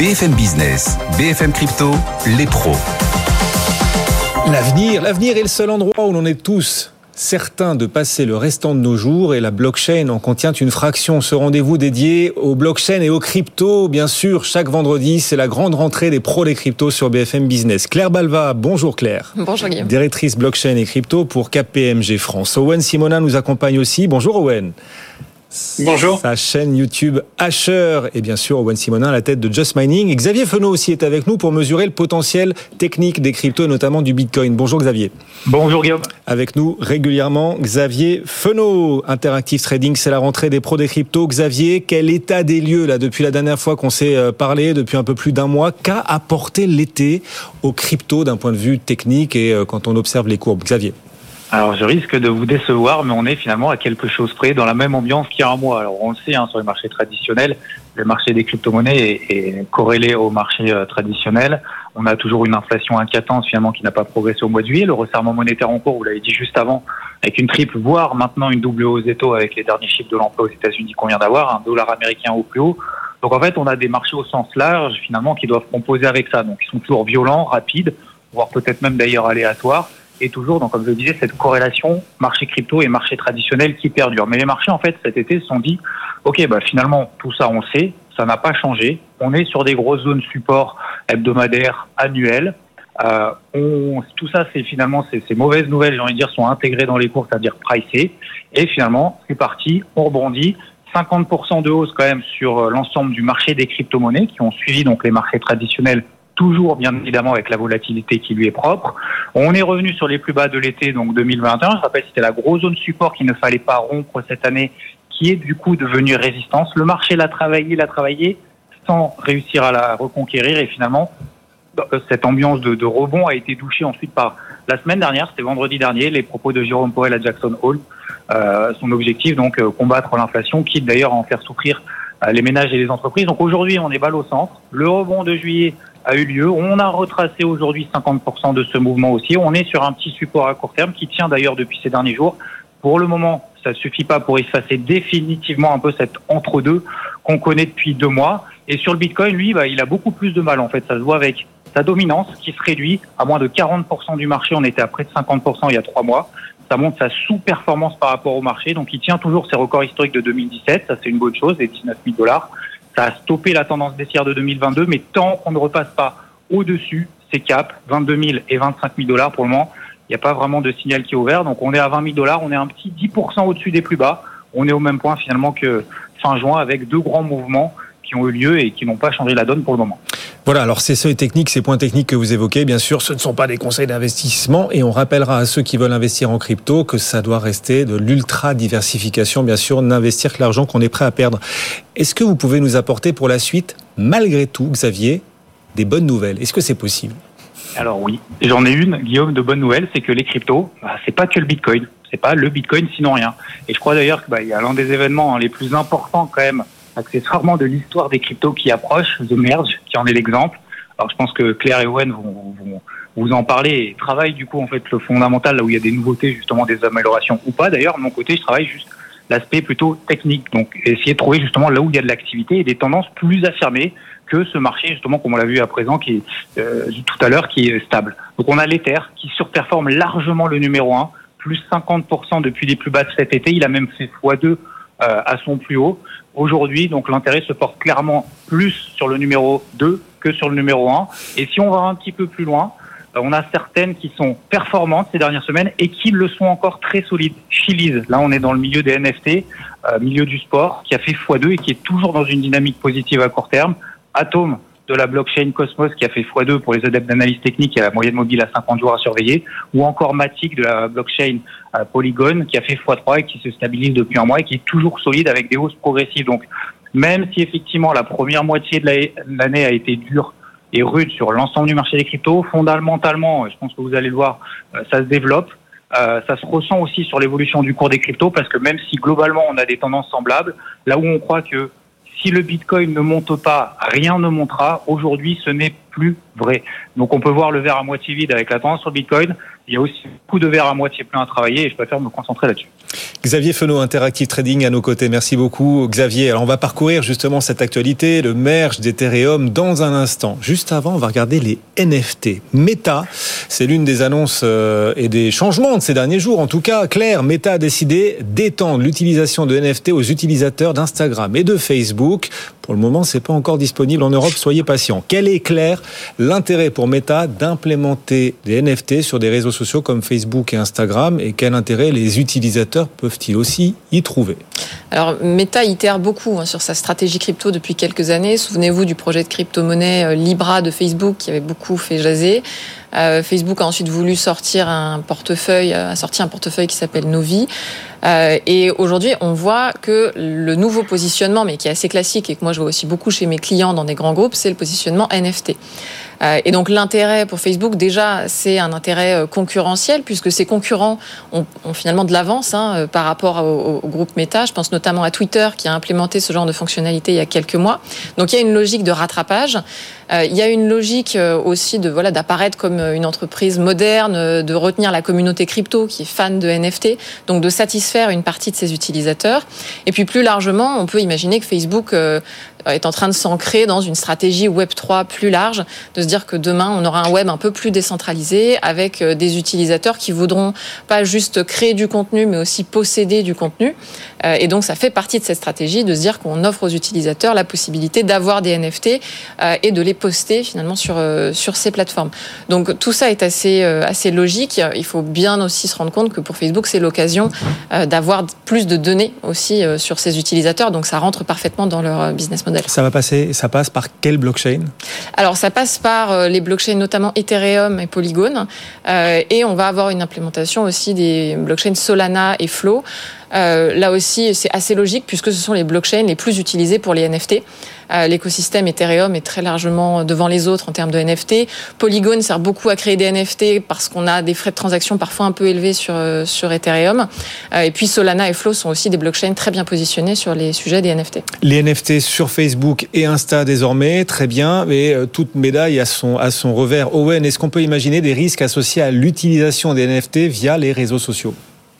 BFM Business, BFM Crypto, les pros. L'avenir est le seul endroit où l'on est tous certains de passer le restant de nos jours, et la blockchain en contient une fraction. Ce rendez-vous dédié aux blockchains et aux cryptos, bien sûr, chaque vendredi, c'est la grande rentrée des pros des cryptos sur BFM Business. Claire Balva, bonjour Claire. Bonjour Guillaume. Directrice blockchain et crypto pour KPMG France. Owen Simonin nous accompagne aussi. Bonjour Owen. Bonjour. Sa chaîne YouTube Hasher, et bien sûr Owen Simonin à la tête de Just Mining. Et Xavier Fenot aussi est avec nous pour mesurer le potentiel technique des cryptos et notamment du Bitcoin. Bonjour Xavier. Bonjour Guillaume. Avec nous régulièrement Xavier Fenot. Interactive Trading, c'est la rentrée des pros des cryptos. Xavier, quel état des lieux là depuis la dernière fois qu'on s'est parlé, depuis un peu plus d'un mois? Qu'a apporté l'été aux cryptos d'un point de vue technique et quand on observe les courbes? Xavier. Alors je risque de vous décevoir, mais on est finalement à quelque chose près, dans la même ambiance qu'il y a un mois. Alors on le sait, sur les marchés traditionnels, le marché des crypto-monnaies est corrélé au marché traditionnel. On a toujours une inflation inquiétante finalement qui n'a pas progressé au mois de juillet. Le resserrement monétaire en cours, vous l'avez dit juste avant, avec une triple, voire maintenant une double hausse des taux avec les derniers chiffres de l'emploi aux États-Unis qu'on vient d'avoir, un dollar américain au plus haut. Donc en fait, on a des marchés au sens large finalement qui doivent composer avec ça. Donc ils sont toujours violents, rapides, voire peut-être même d'ailleurs aléatoires. Et toujours, donc, comme je le disais, cette corrélation marché crypto et marché traditionnel qui perdure. Mais les marchés, en fait, cet été se sont dit, OK, finalement, tout ça, on sait, ça n'a pas changé. On est sur des grosses zones support hebdomadaires, annuelles. Tout ça, c'est finalement, ces mauvaises nouvelles, j'ai envie de dire, sont intégrées dans les cours, c'est-à-dire pricées. Et finalement, c'est parti, on rebondit. 50% de hausse quand même sur l'ensemble du marché des crypto-monnaies qui ont suivi donc les marchés traditionnels, toujours bien évidemment avec la volatilité qui lui est propre. On est revenu sur les plus bas de l'été, donc 2021. Je rappelle, c'était la grosse zone support qu'il ne fallait pas rompre cette année, qui est du coup devenue résistance. Le marché l'a travaillé sans réussir à la reconquérir, et finalement, cette ambiance de rebond a été douchée ensuite par la semaine dernière, c'était vendredi dernier, les propos de Jérôme Powell à Jackson Hole. Son objectif, donc, combattre l'inflation, quitte d'ailleurs à en faire souffrir les ménages et les entreprises. Donc aujourd'hui, on est balle au centre. Le rebond de juillet a eu lieu. On a retracé aujourd'hui 50% de ce mouvement aussi. On est sur un petit support à court terme qui tient d'ailleurs depuis ces derniers jours. Pour le moment, ça ne suffit pas pour effacer définitivement un peu cet entre-deux qu'on connaît depuis 2 mois. Et sur le Bitcoin, lui, il a beaucoup plus de mal. En fait, ça se voit avec sa dominance qui se réduit à moins de 40% du marché. On était à près de 50% il y a 3 mois. Ça montre sa sous-performance par rapport au marché. Donc, il tient toujours ses records historiques de 2017. Ça, c'est une bonne chose, les $19 000. Ça a stoppé la tendance baissière de 2022, mais tant qu'on ne repasse pas au-dessus, ces caps, 22 000 et 25 000 $, pour le moment, il n'y a pas vraiment de signal qui est ouvert. Donc on est à 20 000 $, on est un petit 10% au-dessus des plus bas. On est au même point finalement que fin juin, avec 2 grands mouvements qui ont eu lieu et qui n'ont pas changé la donne pour le moment. Voilà, alors ces seuils techniques, ces points techniques que vous évoquez, bien sûr, ce ne sont pas des conseils d'investissement, et on rappellera à ceux qui veulent investir en crypto que ça doit rester de l'ultra-diversification, bien sûr, n'investir que l'argent qu'on est prêt à perdre. Est-ce que vous pouvez nous apporter pour la suite, malgré tout, Xavier, des bonnes nouvelles? Est-ce que c'est possible? Alors oui, j'en ai une, Guillaume, de bonnes nouvelles, c'est que les cryptos, c'est pas que le Bitcoin, c'est pas le Bitcoin sinon rien. Et je crois d'ailleurs qu'il y a l'un des événements les plus importants quand même, accessoirement de l'histoire des cryptos qui approche, The Merge, qui en est l'exemple. Alors je pense que Claire et Owen vont vous en parler et travaillent du coup en fait le fondamental, là où il y a des nouveautés, justement des améliorations ou pas. D'ailleurs, de mon côté, je travaille juste l'aspect plutôt technique, donc essayer de trouver justement là où il y a de l'activité et des tendances plus affirmées que ce marché, justement, comme on l'a vu à présent, qui est tout à l'heure, qui est stable. Donc on a l'Ether qui surperforme largement le numéro 1, plus 50% depuis les plus bas de cet été. Il a même fait x2 à son plus haut. Aujourd'hui, donc l'intérêt se porte clairement plus sur le numéro 2 que sur le numéro 1. Et si on va un petit peu plus loin, on a certaines qui sont performantes ces dernières semaines et qui le sont encore très solides. Chiliz, là on est dans le milieu des NFT, milieu du sport, qui a fait x2 et qui est toujours dans une dynamique positive à court terme. Atom, de la blockchain Cosmos, qui a fait x2 pour les adeptes d'analyse technique et la moyenne mobile à 50 jours à surveiller, ou encore Matic de la blockchain Polygon, qui a fait x3 et qui se stabilise depuis un mois et qui est toujours solide avec des hausses progressives. Donc même si effectivement la première moitié de l'année a été dure et rude sur l'ensemble du marché des cryptos, fondamentalement, je pense que vous allez le voir, ça se développe. Ça se ressent aussi sur l'évolution du cours des cryptos, parce que même si globalement on a des tendances semblables, là où on croit que si le Bitcoin ne monte pas, rien ne montera. Aujourd'hui, ce n'est plus vrai. Donc, on peut voir le verre à moitié vide avec la tendance sur le Bitcoin. Il y a aussi beaucoup de verre à moitié plein à travailler et je préfère me concentrer là-dessus. Xavier Fenot, Interactive Trading à nos côtés. Merci beaucoup Xavier. Alors on va parcourir justement cette actualité, le merge d'Ethereum dans un instant. Juste avant, on va regarder les NFT. Meta, c'est l'une des annonces et des changements de ces derniers jours. En tout cas, Claire, Meta a décidé d'étendre l'utilisation de NFT aux utilisateurs d'Instagram et de Facebook. Pour le moment, c'est pas encore disponible en Europe, soyez patients. Quel est, Claire, l'intérêt pour Meta d'implémenter des NFT sur des réseaux sociaux comme Facebook et Instagram, et quel intérêt les utilisateurs peuvent-ils aussi y trouver? Alors, Meta itère beaucoup sur sa stratégie crypto depuis quelques années. Souvenez-vous du projet de crypto-monnaie Libra de Facebook qui avait beaucoup fait jaser. Facebook a ensuite voulu sortir un portefeuille qui s'appelle Novi. Et aujourd'hui, on voit que le nouveau positionnement, mais qui est assez classique et que moi je vois aussi beaucoup chez mes clients dans des grands groupes, c'est le positionnement NFT. Et donc l'intérêt pour Facebook, déjà, c'est un intérêt concurrentiel, puisque ses concurrents ont finalement de l'avance par rapport au groupe Meta. Je pense notamment à Twitter, qui a implémenté ce genre de fonctionnalité il y a quelques mois. Donc il y a une logique de rattrapage. Il y a une logique aussi d'apparaître comme une entreprise moderne, de retenir la communauté crypto qui est fan de NFT, donc de satisfaire une partie de ses utilisateurs. Et puis plus largement, on peut imaginer que Facebook est en train de s'ancrer dans une stratégie Web3 plus large, de se dire que demain, on aura un web un peu plus décentralisé avec des utilisateurs qui voudront pas juste créer du contenu, mais aussi posséder du contenu. Et donc, ça fait partie de cette stratégie de se dire qu'on offre aux utilisateurs la possibilité d'avoir des NFT et de les poster finalement sur ces plateformes. Donc, tout ça est assez logique. Il faut bien aussi se rendre compte que pour Facebook, c'est l'occasion d'avoir plus de données aussi sur ses utilisateurs. Donc, ça rentre parfaitement dans leur business model. Ça passe par quelle blockchain? Alors, ça passe par les blockchains, notamment Ethereum et Polygon. Et on va avoir une implémentation aussi des blockchains Solana et Flow. Là aussi, c'est assez logique puisque ce sont les blockchains les plus utilisées pour les NFT. L'écosystème Ethereum est très largement devant les autres en termes de NFT. Polygon sert beaucoup à créer des NFT parce qu'on a des frais de transaction parfois un peu élevés sur Ethereum. Et puis Solana et Flow sont aussi des blockchains très bien positionnés sur les sujets des NFT. Les NFT sur Facebook et Insta désormais, très bien, mais toute médaille a son revers. Owen, est-ce qu'on peut imaginer des risques associés à l'utilisation des NFT via les réseaux sociaux?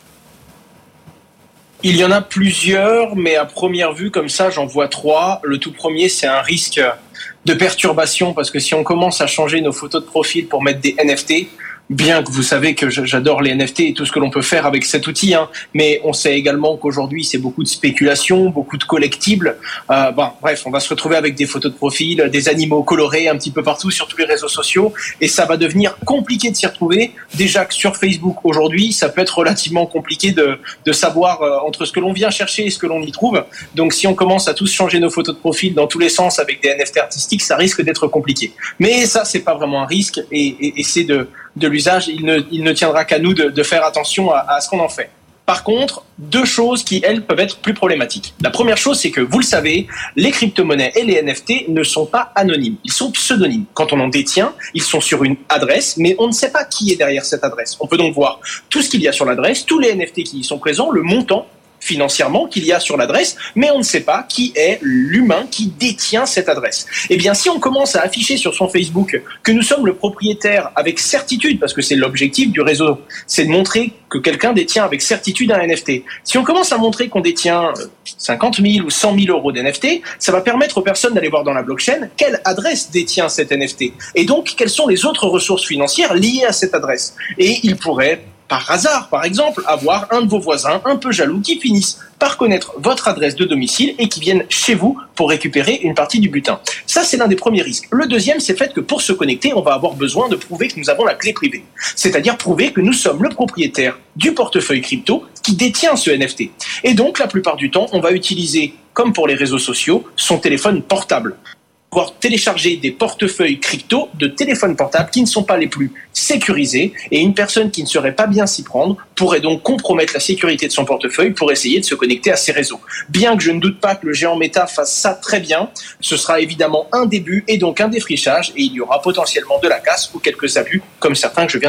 Il y en a plusieurs, mais à première vue, comme ça, j'en vois 3. Le tout premier, c'est un risque de perturbation, parce que si on commence à changer nos photos de profil pour mettre des NFT, bien que vous savez que j'adore les NFT et tout ce que l'on peut faire avec cet outil, mais on sait également qu'aujourd'hui, c'est beaucoup de spéculation, beaucoup de collectibles. Bref, on va se retrouver avec des photos de profil, des animaux colorés un petit peu partout sur tous les réseaux sociaux, et ça va devenir compliqué de s'y retrouver. Déjà que sur Facebook, aujourd'hui, ça peut être relativement compliqué de savoir entre ce que l'on vient chercher et ce que l'on y trouve. Donc, si on commence à tous changer nos photos de profil dans tous les sens avec des NFT artistiques, ça risque d'être compliqué. Mais ça, c'est pas vraiment un risque, et c'est de l'usage, il ne tiendra qu'à nous de faire attention à ce qu'on en fait. Par contre, 2 choses qui, elles, peuvent être plus problématiques. La première chose, c'est que, vous le savez, les crypto-monnaies et les NFT ne sont pas anonymes. Ils sont pseudonymes. Quand on en détient, ils sont sur une adresse, mais on ne sait pas qui est derrière cette adresse. On peut donc voir tout ce qu'il y a sur l'adresse, tous les NFT qui y sont présents, le montant financièrement qu'il y a sur l'adresse, mais on ne sait pas qui est l'humain qui détient cette adresse. Eh bien, si on commence à afficher sur son Facebook que nous sommes le propriétaire avec certitude, parce que c'est l'objectif du réseau, c'est de montrer que quelqu'un détient avec certitude un NFT. Si on commence à montrer qu'on détient 50 000 ou 100 000 euros d'NFT, ça va permettre aux personnes d'aller voir dans la blockchain quelle adresse détient cet NFT. Et donc, quelles sont les autres ressources financières liées à cette adresse. Et il pourrait, par hasard, par exemple, avoir un de vos voisins un peu jaloux qui finisse par connaître votre adresse de domicile et qui viennent chez vous pour récupérer une partie du butin. Ça, c'est l'un des premiers risques. Le deuxième, c'est le fait que pour se connecter, on va avoir besoin de prouver que nous avons la clé privée. C'est-à-dire prouver que nous sommes le propriétaire du portefeuille crypto qui détient ce NFT. Et donc, la plupart du temps, on va utiliser, comme pour les réseaux sociaux, son téléphone portable. Pouvoir télécharger des portefeuilles crypto de téléphones portables qui ne sont pas les plus sécurisés, et une personne qui ne saurait pas bien s'y prendre pourrait donc compromettre la sécurité de son portefeuille pour essayer de se connecter à ces réseaux. Bien que je ne doute pas que le géant Meta fasse ça très bien, ce sera évidemment un début et donc un défrichage, et il y aura potentiellement de la casse ou quelques abus comme certains que je viens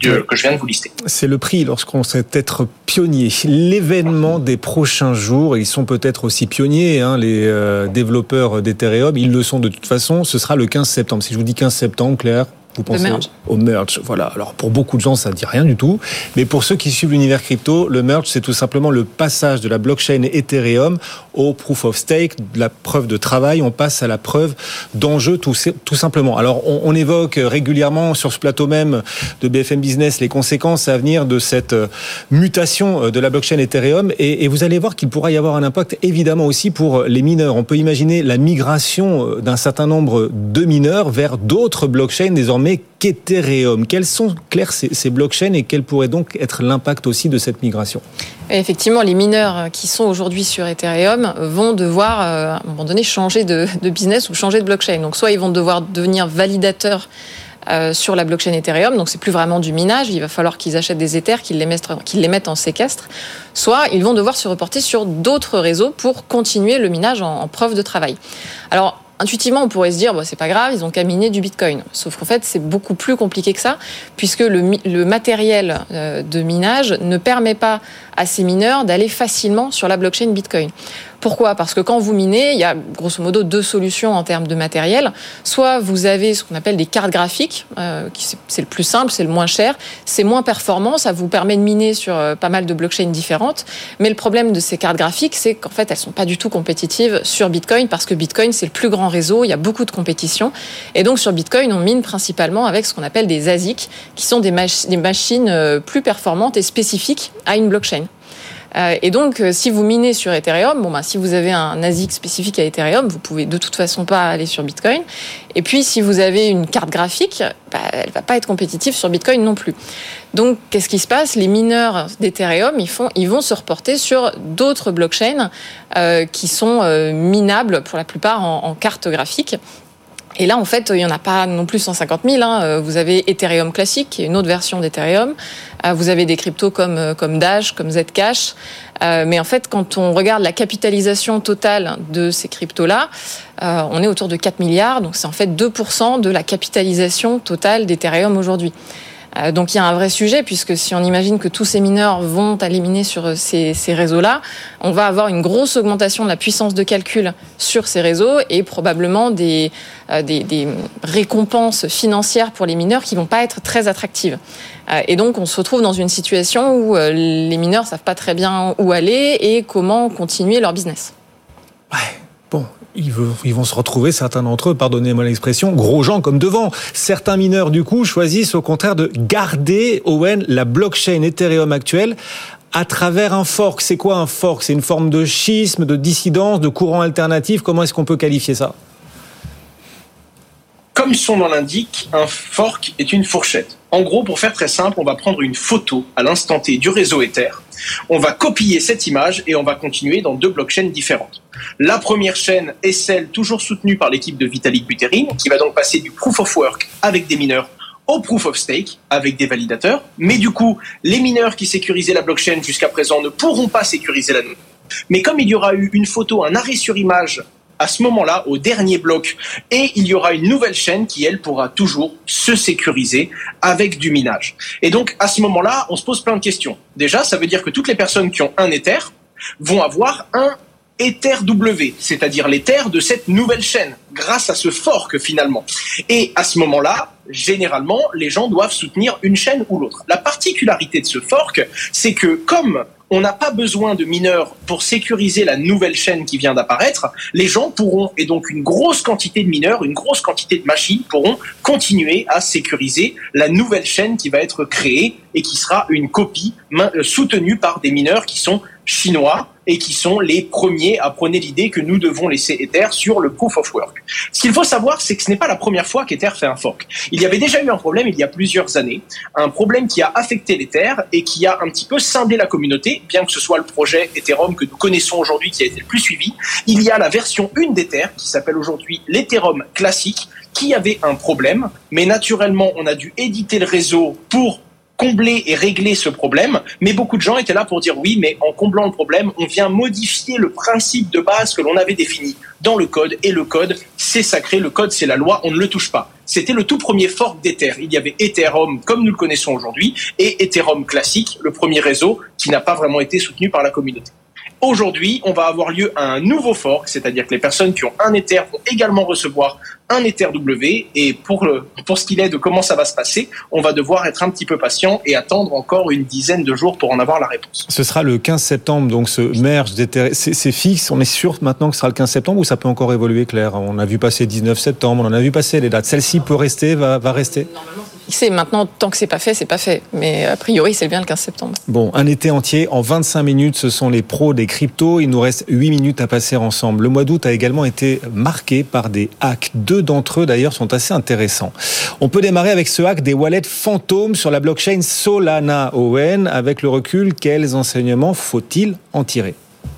de vous lister. C'est le prix lorsqu'on sait être pionnier. L'événement des prochains jours, ils sont peut-être aussi pionniers, les développeurs d'Ethereum, ils le sont de toute façon, ce sera le 15 septembre. Si je vous dis 15 septembre, Claire, Vous pensez au merge, voilà. Alors pour beaucoup de gens, ça ne dit rien du tout. Mais pour ceux qui suivent l'univers crypto, le merge, c'est tout simplement le passage de la blockchain Ethereum au proof of stake, de la preuve de travail. On passe à la preuve d'enjeu, tout simplement. Alors on évoque régulièrement sur ce plateau même de BFM Business les conséquences à venir de cette mutation de la blockchain Ethereum. Et vous allez voir qu'il pourra y avoir un impact évidemment aussi pour les mineurs. On peut imaginer la migration d'un certain nombre de mineurs vers d'autres blockchains désormais qu'Ethereum. Quelles sont, Claire, ces blockchains et quel pourrait donc être l'impact aussi de cette migration ? Effectivement, les mineurs qui sont aujourd'hui sur Ethereum vont devoir, à un moment donné, changer de business ou changer de blockchain. Donc, soit ils vont devoir devenir validateurs sur la blockchain Ethereum, donc c'est plus vraiment du minage, il va falloir qu'ils achètent des Ethers, qu'ils les mettent en séquestre, soit ils vont devoir se reporter sur d'autres réseaux pour continuer le minage en preuve de travail. Alors, intuitivement, on pourrait se dire, c'est pas grave, ils ont qu'à miner du Bitcoin. Sauf qu'en fait, c'est beaucoup plus compliqué que ça, puisque le matériel de minage ne permet pas à ces mineurs d'aller facilement sur la blockchain Bitcoin. Pourquoi ? Parce que quand vous minez, il y a grosso modo deux solutions en termes de matériel. Soit vous avez ce qu'on appelle des cartes graphiques, c'est le plus simple, c'est le moins cher, c'est moins performant, ça vous permet de miner sur pas mal de blockchains différentes. Mais le problème de ces cartes graphiques, c'est qu'en fait, elles sont pas du tout compétitives sur Bitcoin, parce que Bitcoin, c'est le plus grand réseau, il y a beaucoup de compétition. Et donc sur Bitcoin, on mine principalement avec ce qu'on appelle des ASIC, qui sont des machines plus performantes et spécifiques à une blockchain. Et donc, si vous minez sur Ethereum, si vous avez un ASIC spécifique à Ethereum, vous pouvez de toute façon pas aller sur Bitcoin. Et puis, si vous avez une carte graphique, elle va pas être compétitive sur Bitcoin non plus. Donc, qu'est-ce qui se passe ? Les mineurs d'Ethereum, ils vont se reporter sur d'autres blockchains qui sont minables pour la plupart en carte graphique. Et là, en fait, il n'y en a pas non plus 150 000. Vous avez Ethereum classique, qui est une autre version d'Ethereum. Vous avez des cryptos comme Dash, comme Zcash. Mais en fait, quand on regarde la capitalisation totale de ces cryptos-là, on est autour de 4 milliards. Donc, c'est en fait 2% de la capitalisation totale d'Ethereum aujourd'hui. Donc il y a un vrai sujet, puisque si on imagine que tous ces mineurs vont aller miner sur ces réseaux-là, on va avoir une grosse augmentation de la puissance de calcul sur ces réseaux et probablement des récompenses financières pour les mineurs qui vont pas être très attractives. Et donc on se retrouve dans une situation où les mineurs savent pas très bien où aller et comment continuer leur business. Ouais, bon. Ils vont se retrouver, certains d'entre eux, pardonnez-moi l'expression, gros gens comme devant. Certains mineurs, du coup, choisissent au contraire de garder, Owen, la blockchain Ethereum actuelle à travers un fork. C'est quoi un fork ? C'est une forme de schisme, de dissidence, de courant alternatif. Comment est-ce qu'on peut qualifier ça ? Comme son nom l'indique, un fork est une fourchette. En gros, pour faire très simple, on va prendre une photo à l'instant T du réseau Ether. On va copier cette image et on va continuer dans deux blockchains différentes. La première chaîne est celle toujours soutenue par l'équipe de Vitalik Buterin, qui va donc passer du proof of work avec des mineurs au proof of stake avec des validateurs. Mais du coup, les mineurs qui sécurisaient la blockchain jusqu'à présent ne pourront pas sécuriser la nôtre. Mais comme il y aura eu une photo, un arrêt sur image à ce moment-là, au dernier bloc, et il y aura une nouvelle chaîne qui, elle, pourra toujours se sécuriser avec du minage. Et donc, à ce moment-là, on se pose plein de questions. Déjà, ça veut dire que toutes les personnes qui ont un Ether vont avoir un Ether W, c'est-à-dire l'Ether de cette nouvelle chaîne, grâce à ce fork finalement. Et à ce moment-là, généralement, les gens doivent soutenir une chaîne ou l'autre. La particularité de ce fork, c'est que comme on n'a pas besoin de mineurs pour sécuriser la nouvelle chaîne qui vient d'apparaître, les gens pourront, et donc une grosse quantité de mineurs, une grosse quantité de machines pourront continuer à sécuriser la nouvelle chaîne qui va être créée et qui sera une copie soutenue par des mineurs qui sont chinois et qui sont les premiers à prôner l'idée que nous devons laisser Ether sur le proof of work. Ce qu'il faut savoir, c'est que ce n'est pas la première fois qu'Ether fait un fork. Il y avait déjà eu un problème il y a plusieurs années, un problème qui a affecté l'Ether et qui a un petit peu scindé la communauté, bien que ce soit le projet Ethereum que nous connaissons aujourd'hui qui a été le plus suivi. Il y a la version 1 d'Ether qui s'appelle aujourd'hui l'Ethereum classique qui avait un problème, mais naturellement on a dû éditer le réseau pour combler et régler ce problème, mais beaucoup de gens étaient là pour dire oui, mais en comblant le problème, on vient modifier le principe de base que l'on avait défini dans le code, et le code, c'est sacré, le code, c'est la loi, on ne le touche pas. C'était le tout premier fork d'Ether. Il y avait Ethereum, comme nous le connaissons aujourd'hui, et Ethereum classique, le premier réseau qui n'a pas vraiment été soutenu par la communauté. Aujourd'hui, on va avoir lieu à un nouveau fork, c'est-à-dire que les personnes qui ont un Ether vont également recevoir un Ether W. Et pour ce qu'il est de comment ça va se passer, on va devoir être un petit peu patient et attendre encore une dizaine de jours pour en avoir la réponse. Ce sera le 15 septembre, donc ce merge d'Ether, c'est fixe. On est sûr maintenant que ce sera le 15 septembre ou ça peut encore évoluer, Claire? On a vu passer 19 septembre, on en a vu passer les dates. Celle-ci peut rester, va rester? Normalement, c'est fixé. Maintenant, tant que c'est pas fait, c'est pas fait. Mais a priori, c'est bien le 15 septembre. Bon, un été entier en 25 minutes, ce sont les pros des cryptos. Il nous reste 8 minutes à passer ensemble. Le mois d'août a également été marqué par des hacks. 2 d'entre eux, d'ailleurs, sont assez intéressants. On peut démarrer avec ce hack des wallets fantômes sur la blockchain Solana. Owen, avec le recul, quels enseignements faut-il en tirer?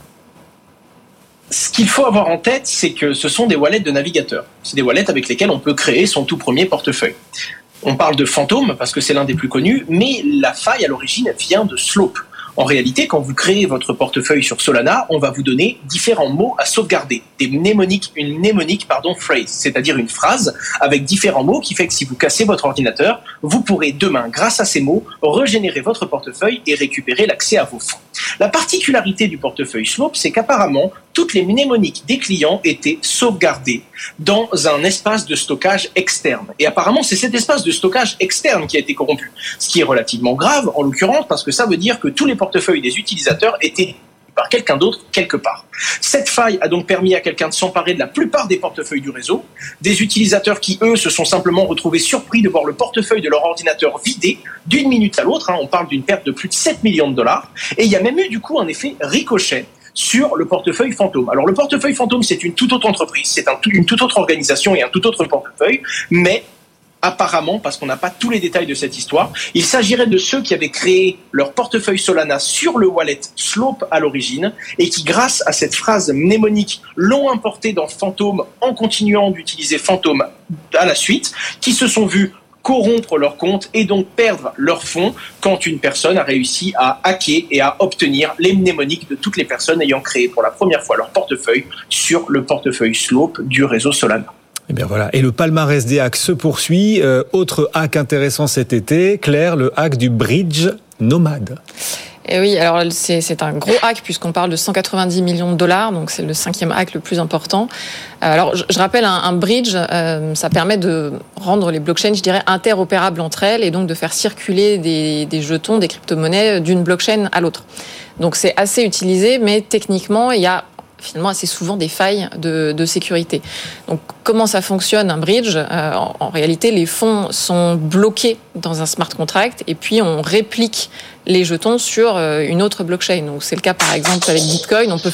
Ce qu'il faut avoir en tête, c'est que ce sont des wallets de navigateurs. C'est des wallets avec lesquels on peut créer son tout premier portefeuille. On parle de fantômes parce que c'est l'un des plus connus, mais la faille à l'origine vient de Slope. En réalité, quand vous créez votre portefeuille sur Solana, on va vous donner différents mots à sauvegarder, une mnémonique phrase, c'est-à-dire une phrase avec différents mots qui fait que si vous cassez votre ordinateur, vous pourrez demain, grâce à ces mots, régénérer votre portefeuille et récupérer l'accès à vos fonds. La particularité du portefeuille Slope, c'est qu'apparemment, toutes les mnémoniques des clients étaient sauvegardées dans un espace de stockage externe. Et apparemment, c'est cet espace de stockage externe qui a été corrompu. Ce qui est relativement grave, en l'occurrence, parce que ça veut dire que tous les portefeuilles des utilisateurs étaient par quelqu'un d'autre quelque part. Cette faille a donc permis à quelqu'un de s'emparer de la plupart des portefeuilles du réseau, des utilisateurs qui, eux, se sont simplement retrouvés surpris de voir le portefeuille de leur ordinateur vidé d'une minute à l'autre. On parle d'une perte de plus de 7 millions de dollars. Et il y a même eu du coup un effet ricochet sur le portefeuille fantôme. Alors le portefeuille fantôme, c'est une toute autre entreprise, c'est une toute autre organisation et un tout autre portefeuille, mais apparemment, parce qu'on n'a pas tous les détails de cette histoire, il s'agirait de ceux qui avaient créé leur portefeuille Solana sur le wallet Slope à l'origine et qui, grâce à cette phrase mnémonique, l'ont importé dans Phantom en continuant d'utiliser Phantom à la suite, qui se sont vus corrompre leur compte et donc perdre leurs fonds quand une personne a réussi à hacker et à obtenir les mnémoniques de toutes les personnes ayant créé pour la première fois leur portefeuille sur le portefeuille Slope du réseau Solana. Et bien voilà. Et le palmarès des hacks se poursuit. Autre hack intéressant cet été, Claire, le hack du bridge nomade. Et oui, alors c'est un gros hack puisqu'on parle de 190 millions de dollars, donc c'est le 5e hack le plus important. Alors je rappelle, un bridge, ça permet de rendre les blockchains, je dirais, interopérables entre elles et donc de faire circuler des jetons, des crypto-monnaies d'une blockchain à l'autre. Donc c'est assez utilisé, mais techniquement, il y a finalement assez souvent des failles de sécurité. Donc comment ça fonctionne un bridge? En réalité, les fonds sont bloqués dans un smart contract et puis on réplique les jetons sur une autre blockchain. Donc c'est le cas par exemple avec Bitcoin, on peut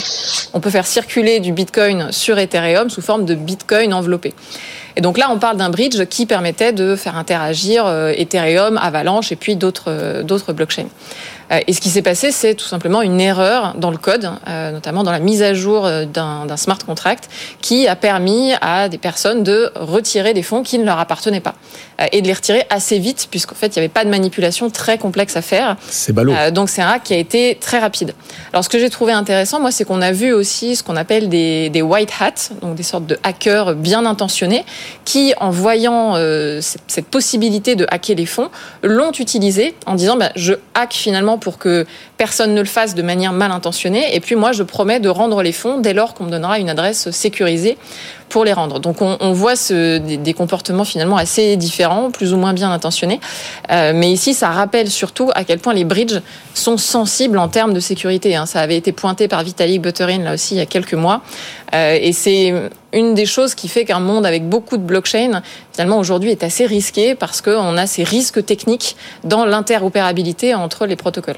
faire circuler du Bitcoin sur Ethereum sous forme de Bitcoin enveloppé. Et donc là, on parle d'un bridge qui permettait de faire interagir Ethereum, Avalanche et puis d'autres blockchains. Et ce qui s'est passé, c'est tout simplement une erreur dans le code, notamment dans la mise à jour d'un smart contract, qui a permis à des personnes de retirer des fonds qui ne leur appartenaient pas. Et de les retirer assez vite, puisqu'en fait, il n'y avait pas de manipulation très complexe à faire. C'est ballot. Donc c'est un hack qui a été très rapide. Alors ce que j'ai trouvé intéressant, moi, c'est qu'on a vu aussi ce qu'on appelle des white hats, donc des sortes de hackers bien intentionnés, qui, en voyant cette possibilité de hacker les fonds, l'ont utilisé en disant je hack finalement pour que personne ne le fasse de manière mal intentionnée, et puis moi je promets de rendre les fonds dès lors qu'on me donnera une adresse sécurisée pour les rendre. Donc on voit des comportements finalement assez différents, plus ou moins bien intentionnés, mais ici ça rappelle surtout à quel point les bridges sont sensibles en termes de sécurité. Ça avait été pointé par Vitalik Buterin là aussi il y a quelques mois, et c'est une des choses qui fait qu'un monde avec beaucoup de blockchain finalement aujourd'hui est assez risqué parce qu'on a ces risques techniques dans l'interopérabilité entre les protocoles.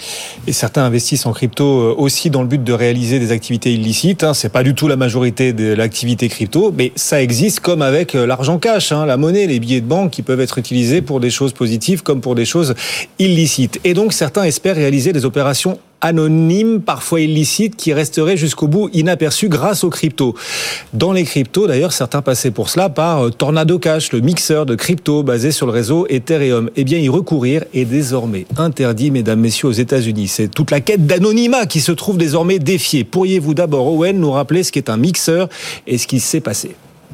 Et certains investissent en crypto aussi dans le but de réaliser des activités illicites. C'est pas du tout la majorité de l'activité crypto, mais ça existe comme avec l'argent cash, la monnaie, les billets de banque qui peuvent être utilisés pour des choses positives comme pour des choses illicites. Et donc certains espèrent réaliser des opérations anonymes, parfois illicites, qui resteraient jusqu'au bout inaperçus grâce aux cryptos. Dans les cryptos, d'ailleurs, certains passaient pour cela par Tornado Cash, le mixeur de crypto basé sur le réseau Ethereum. Eh bien, y recourir est désormais interdit, mesdames, messieurs, aux États-Unis. C'est toute la quête d'anonymat qui se trouve désormais défiée. Pourriez-vous d'abord, Owen, nous rappeler ce qu'est un mixeur et ce qui s'est passé?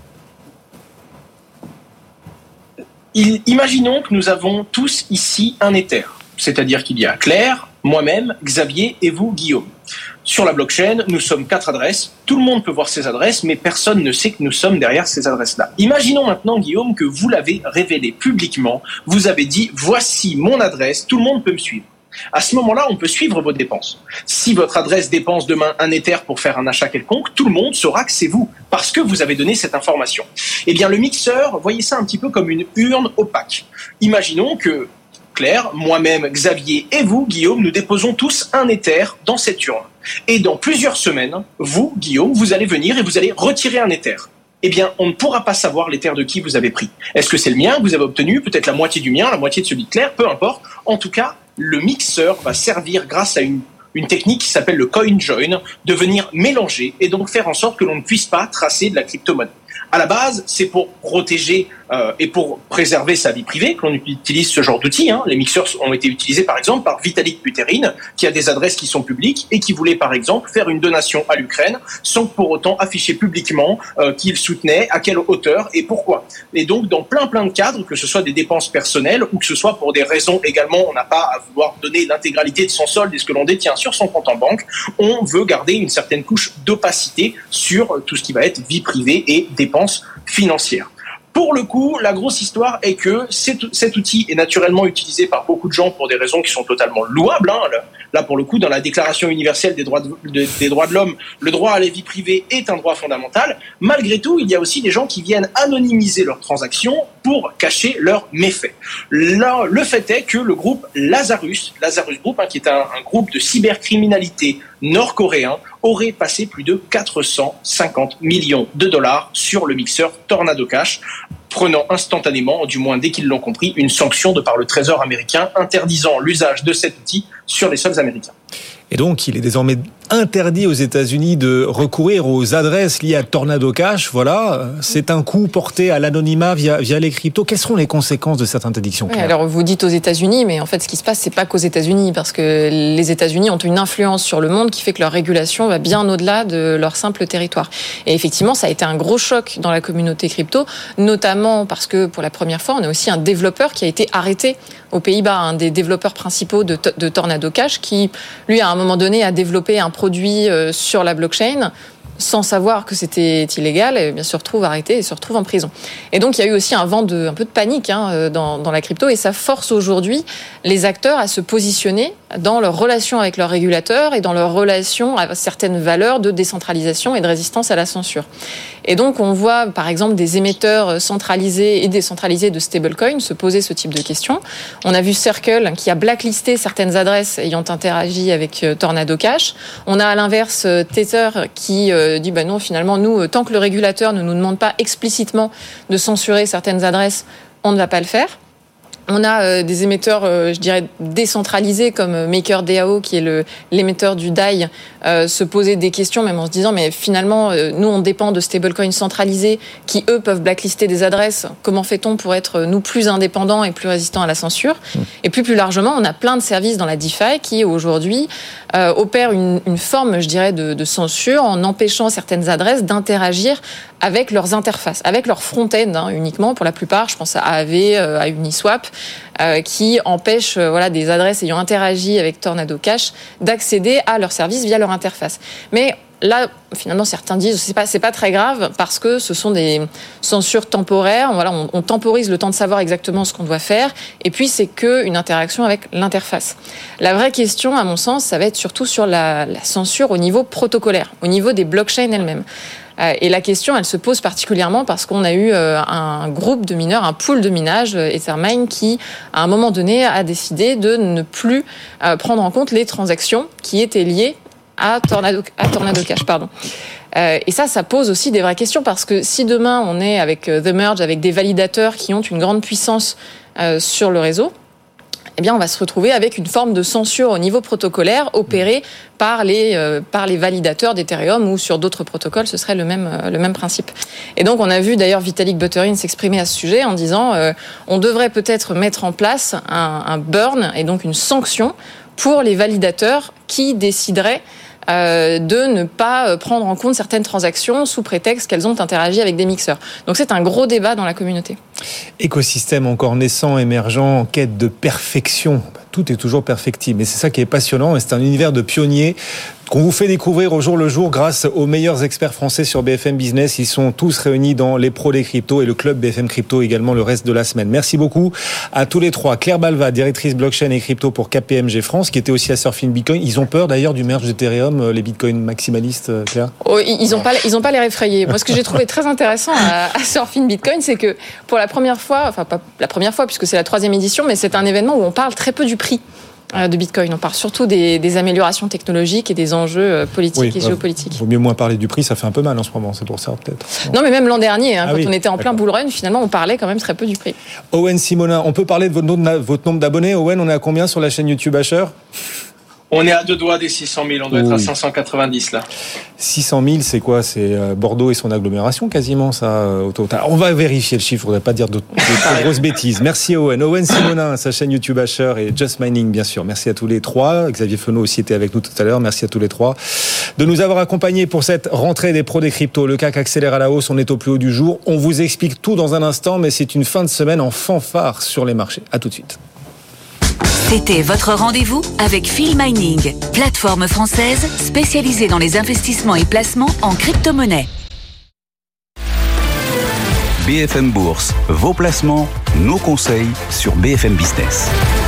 Imaginons que nous avons tous ici un Ether. C'est-à-dire qu'il y a Claire, moi-même, Xavier et vous, Guillaume. Sur la blockchain, nous sommes 4 adresses. Tout le monde peut voir ces adresses, mais personne ne sait que nous sommes derrière ces adresses-là. Imaginons maintenant, Guillaume, que vous l'avez révélé publiquement. Vous avez dit, voici mon adresse, tout le monde peut me suivre. À ce moment-là, on peut suivre vos dépenses. Si votre adresse dépense demain 1 Ether pour faire un achat quelconque, tout le monde saura que c'est vous, parce que vous avez donné cette information. Eh bien, le mixeur, voyez ça un petit peu comme une urne opaque. Imaginons que Claire, moi-même, Xavier et vous, Guillaume, nous déposons tous 1 Ether dans cette urne. Et dans plusieurs semaines, vous, Guillaume, vous allez venir et vous allez retirer 1 Ether. Eh bien, on ne pourra pas savoir l'Ether de qui vous avez pris. Est-ce que c'est le mien que vous avez obtenu? Peut-être la moitié du mien, la moitié de celui de Claire, peu importe. En tout cas, le mixeur va servir, grâce à une technique qui s'appelle le coin join, de venir mélanger et donc faire en sorte que l'on ne puisse pas tracer de la crypto-monnaie. À la base, c'est pour protéger et pour préserver sa vie privée que l'on utilise ce genre d'outils. Les mixeurs ont été utilisés par exemple par Vitalik Buterin, qui a des adresses qui sont publiques et qui voulait par exemple faire une donation à l'Ukraine sans pour autant afficher publiquement qu'il soutenait, à quelle hauteur et pourquoi. Et donc dans plein de cadres, que ce soit des dépenses personnelles ou que ce soit pour des raisons également, on n'a pas à vouloir donner l'intégralité de son solde et ce que l'on détient sur son compte en banque, on veut garder une certaine couche d'opacité sur tout ce qui va être vie privée et dépenses financières. Pour le coup, la grosse histoire est que cet outil est naturellement utilisé par beaucoup de gens pour des raisons qui sont totalement louables. Là, pour le coup, dans la Déclaration universelle des droits de l'homme, le droit à la vie privée est un droit fondamental. Malgré tout, il y a aussi des gens qui viennent anonymiser leurs transactions pour cacher leurs méfaits. Là, le fait est que le groupe Lazarus Group, qui est un groupe de cybercriminalité nord-coréen, aurait passé plus de 450 millions de dollars sur le mixeur Tornado Cash, prenant instantanément, du moins dès qu'ils l'ont compris, une sanction de par le Trésor américain interdisant l'usage de cet outil sur les sols américains. Et donc, il est désormais interdit aux États-Unis de recourir aux adresses liées à Tornado Cash. Voilà, c'est un coup porté à l'anonymat via les cryptos. Quelles seront les conséquences de cette interdiction, Claire ? Alors, vous dites aux États-Unis, mais en fait, ce qui se passe, c'est pas qu'aux États-Unis, parce que les États-Unis ont une influence sur le monde qui fait que leur régulation va bien au-delà de leur simple territoire. Et effectivement, ça a été un gros choc dans la communauté crypto, notamment parce que pour la première fois, on a aussi un développeur qui a été arrêté aux Pays-Bas, un des développeurs principaux de Tornado Cash, qui, lui, à un moment donné, a développé un produit sur la blockchain sans savoir que c'était illégal, et bien se retrouve arrêté et se retrouve en prison. Et donc, il y a eu aussi un peu de panique dans la crypto, et ça force aujourd'hui les acteurs à se positionner dans leur relation avec leurs régulateurs et dans leur relation à certaines valeurs de décentralisation et de résistance à la censure. Et donc, on voit, par exemple, des émetteurs centralisés et décentralisés de stablecoins se poser ce type de questions. On a vu Circle qui a blacklisté certaines adresses ayant interagi avec Tornado Cash. On a à l'inverse Tether qui dit non, finalement, nous, tant que le régulateur ne nous demande pas explicitement de censurer certaines adresses, on ne va pas le faire. On a des émetteurs, je dirais, décentralisés comme MakerDAO, qui est l'émetteur du DAI, se poser des questions, même en se disant, mais finalement, nous, on dépend de stablecoins centralisés qui, eux, peuvent blacklister des adresses. Comment fait-on pour être, nous, plus indépendants et plus résistants à la censure ? Et plus largement, on a plein de services dans la DeFi qui, aujourd'hui, opèrent une forme, je dirais, de censure en empêchant certaines adresses d'interagir avec leurs interfaces, avec leur front-end uniquement, pour la plupart. Je pense à AAV, à Uniswap, qui empêchent des adresses ayant interagi avec Tornado Cash d'accéder à leurs services via leur interface. Mais là, finalement, certains disent c'est pas très grave parce que ce sont des censures temporaires. On temporise le temps de savoir exactement ce qu'on doit faire. Et puis, c'est qu'une interaction avec l'interface. La vraie question, à mon sens, ça va être surtout sur la censure au niveau protocolaire, au niveau des blockchains elles-mêmes. Et la question, elle se pose particulièrement parce qu'on a eu un groupe de mineurs, un pool de minage, Ethermine, qui, à un moment donné, a décidé de ne plus prendre en compte les transactions qui étaient liées à Tornado Cash. Et ça pose aussi des vraies questions parce que si demain, on est avec The Merge, avec des validateurs qui ont une grande puissance sur le réseau, eh bien, on va se retrouver avec une forme de censure au niveau protocolaire opérée par les validateurs d'Ethereum ou sur d'autres protocoles, ce serait le même principe. Et donc, on a vu d'ailleurs Vitalik Buterin s'exprimer à ce sujet en disant on devrait peut-être mettre en place un burn et donc une sanction pour les validateurs qui décideraient de ne pas prendre en compte certaines transactions sous prétexte qu'elles ont interagi avec des mixeurs. Donc c'est un gros débat dans la communauté. Écosystème encore naissant, émergent, en quête de perfection. Tout est toujours perfectible. Et c'est ça qui est passionnant. Et c'est un univers de pionniers qu'on vous fait découvrir au jour le jour grâce aux meilleurs experts français sur BFM Business. Ils sont tous réunis dans les pros des cryptos et le club BFM Crypto également le reste de la semaine. Merci beaucoup à tous les trois. Claire Balva, directrice blockchain et crypto pour KPMG France, qui était aussi à Surfing Bitcoin. Ils ont peur d'ailleurs du merge d'Ethereum, les bitcoins maximalistes, Claire? Oh, ils ont pas l'air effrayés. Moi, ce que j'ai trouvé très intéressant à Surfing Bitcoin, c'est que pour la première fois, enfin pas la première fois puisque c'est la 3e édition, mais c'est un événement où on parle très peu du prix de Bitcoin. On parle surtout des améliorations technologiques et des enjeux politiques et géopolitiques. Il vaut mieux moins parler du prix, ça fait un peu mal en ce moment, c'est pour ça peut-être. Non, mais même l'an dernier, quand on était en plein bull run, finalement, on parlait quand même très peu du prix. Owen Simonin, on peut parler de votre nombre d'abonnés? Owen, on est à combien sur la chaîne YouTube Asher? On est à 2 doigts des 600 000, on doit être à 590 là. 600 000, c'est quoi? C'est Bordeaux et son agglomération quasiment, ça, au total. On va vérifier le chiffre, on ne va pas dire de grosses bêtises. Merci Owen. Owen Simonin, sa chaîne YouTube Asher et Just Mining, bien sûr. Merci à tous les trois. Xavier Fenot aussi était avec nous tout à l'heure. Merci à tous les trois de nous avoir accompagnés pour cette rentrée des pros des cryptos. Le CAC accélère à la hausse, on est au plus haut du jour. On vous explique tout dans un instant, mais c'est une fin de semaine en fanfare sur les marchés. À tout de suite. C'était votre rendez-vous avec Phil Mining, plateforme française spécialisée dans les investissements et placements en crypto-monnaie. BFM Bourse, vos placements, nos conseils sur BFM Business.